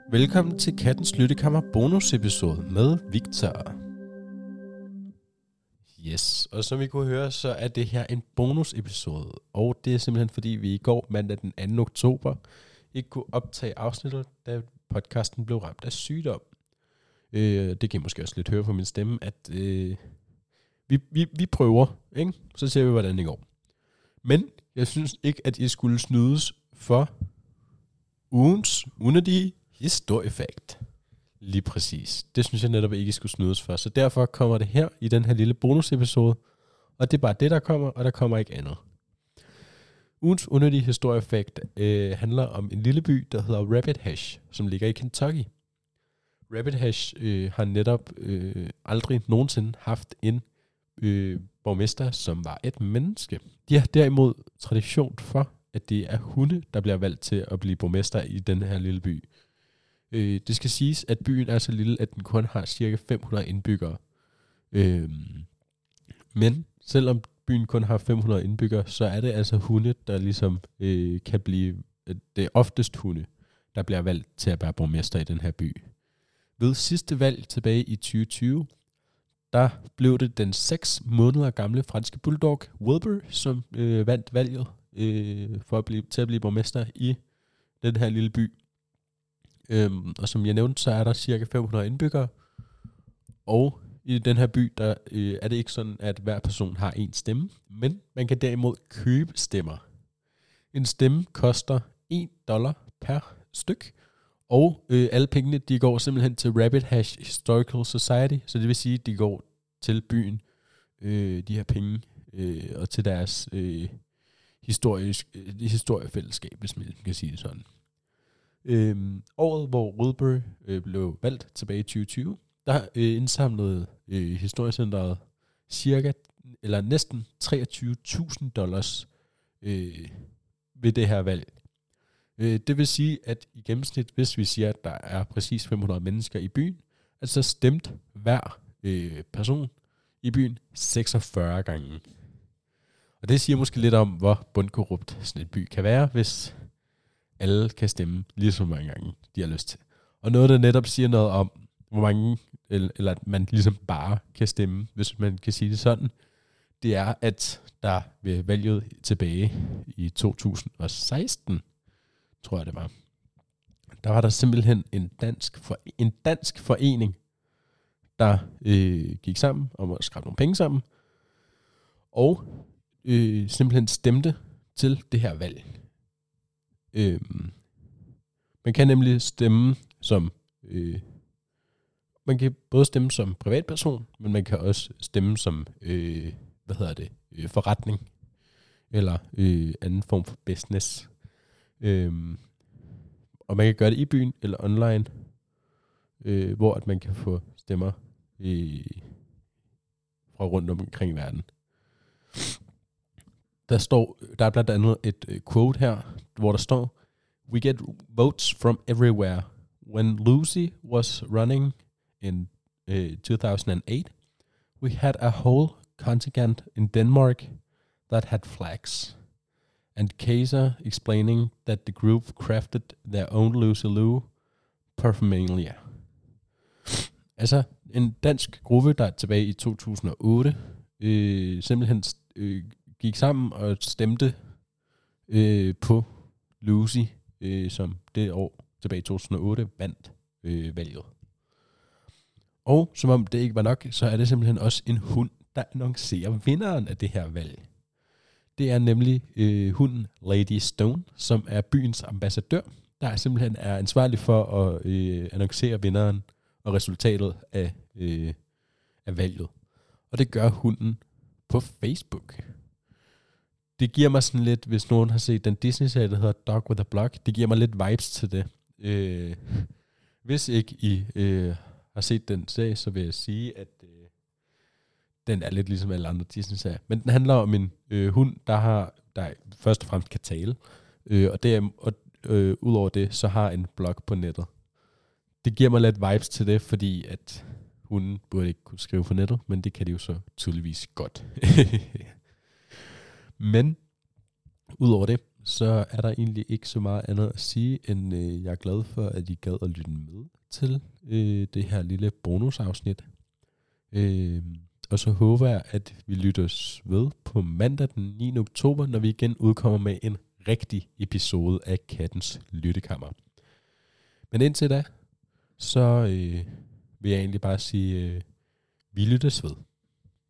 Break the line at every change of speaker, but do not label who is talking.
Velkommen til Kattens Lyttekammer bonusepisode med Victor. Yes, og som I kunne høre, så er det her en bonusepisode. Og det er simpelthen fordi, vi i går mandag den 2. oktober ikke kunne optage afsnittet, da podcasten blev ramt af sygdom. Det kan I måske også lidt høre på min stemme, at vi prøver, ikke? Så ser vi, hvordan det går. Men jeg synes ikke, at I skulle snydes for ugens unødige historiefakt. Lige præcis. Det synes jeg netop ikke, I skulle snydes for. Så derfor kommer det her i den her lille bonusepisode. Og det er bare det, der kommer, og der kommer ikke andet. Ugens unødige historiefakt handler om en lille by, der hedder Rabbit Hash, som ligger i Kentucky. Rabbit Hash har netop aldrig nogensinde haft en borgmester, som var et menneske. De har derimod tradition for, at det er hunde, der bliver valgt til at blive borgmester i den her lille by. Det skal siges, at byen er så lille, at den kun har cirka 500 indbyggere. Men selvom byen kun har 500 indbyggere, så er det altså hunde, der ligesom kan blive det oftest hunde, der bliver valgt til at være borgmester i den her by. Ved sidste valg tilbage i 2020, der blev det den 6 måneder gamle franske bulldog Wilbur, som vandt valget til at blive borgmester i den her lille by. Og som jeg nævnte, så er der cirka 500 indbyggere. Og i den her by, der er det ikke sådan, at hver person har en stemme, men man kan derimod købe stemmer. En stemme koster $1 per styk, og alle pengene, de går simpelthen til Rabbit Hash Historical Society, så det vil sige, at de går til byen, de her penge, og til deres historiefællesskab, hvis man kan sige det sådan. Året, hvor Wilbur blev valgt tilbage i 2020, der indsamlede historiecenteret cirka, eller næsten $23,000 ved det her valg. Det vil sige, at i gennemsnit, hvis vi siger, at der er præcis 500 mennesker i byen, at så stemt hver person i byen 46 gange. Og det siger måske lidt om, hvor bundkorrupt sådan en by kan være, hvis alle kan stemme lige så mange gange, de har lyst til. Og noget, der netop siger noget om, hvor mange, eller at man ligesom bare kan stemme, hvis man kan sige det sådan, det er, at der ved valget tilbage i 2016, tror jeg det var, der var der simpelthen en dansk forening, der gik sammen om at skrabe nogle penge sammen, og simpelthen stemte til det her valg. Man kan nemlig stemme som man kan både stemme som privatperson, men man kan også stemme som forretning eller anden form for business. Og man kan gøre det i byen eller online, hvor at man kan få stemmer fra rundt omkring i verden. Der er blandt andet et quote her, hvor der står: "We get votes from everywhere. When Lucy was running in 2008, we had a whole contingent in Denmark that had flags. And Kaiser explaining that the group crafted their own Lucy Lou paraphernalia." Altså en dansk gruppe, der tilbage i 2008 simpelthen gik sammen og stemte på Lucy, som det år tilbage i 2008 vandt valget. Og som om det ikke var nok, så er det simpelthen også en hund, der annoncerer vinderen af det her valg. Det er nemlig hunden Lady Stone, som er byens ambassadør, der simpelthen er ansvarlig for at annoncere vinderen og resultatet af valget. Og det gør hunden på Facebook. Det giver mig sådan lidt, hvis nogen har set den Disney-serie, der hedder Dog with a Block, det giver mig lidt vibes til det. Hvis ikke I har set den serie, så vil jeg sige, at den er lidt ligesom alle andre Disney-serier. Men den handler om en hund, der først og fremmest kan tale. Udover det, så har en blog på nettet. Det giver mig lidt vibes til det, fordi at hunden burde ikke kunne skrive på nettet, men det kan de jo så tydeligvis godt. Men udover det, så er der egentlig ikke så meget andet at sige, end jeg er glad for, at I gad at lytte med til det her lille bonusafsnit. Og så håber jeg, at vi lyttes ved på mandag den 9. oktober, når vi igen udkommer med en rigtig episode af Kattens Lyttekammer. Men indtil da, så vil jeg egentlig bare sige, vi lyttes ved.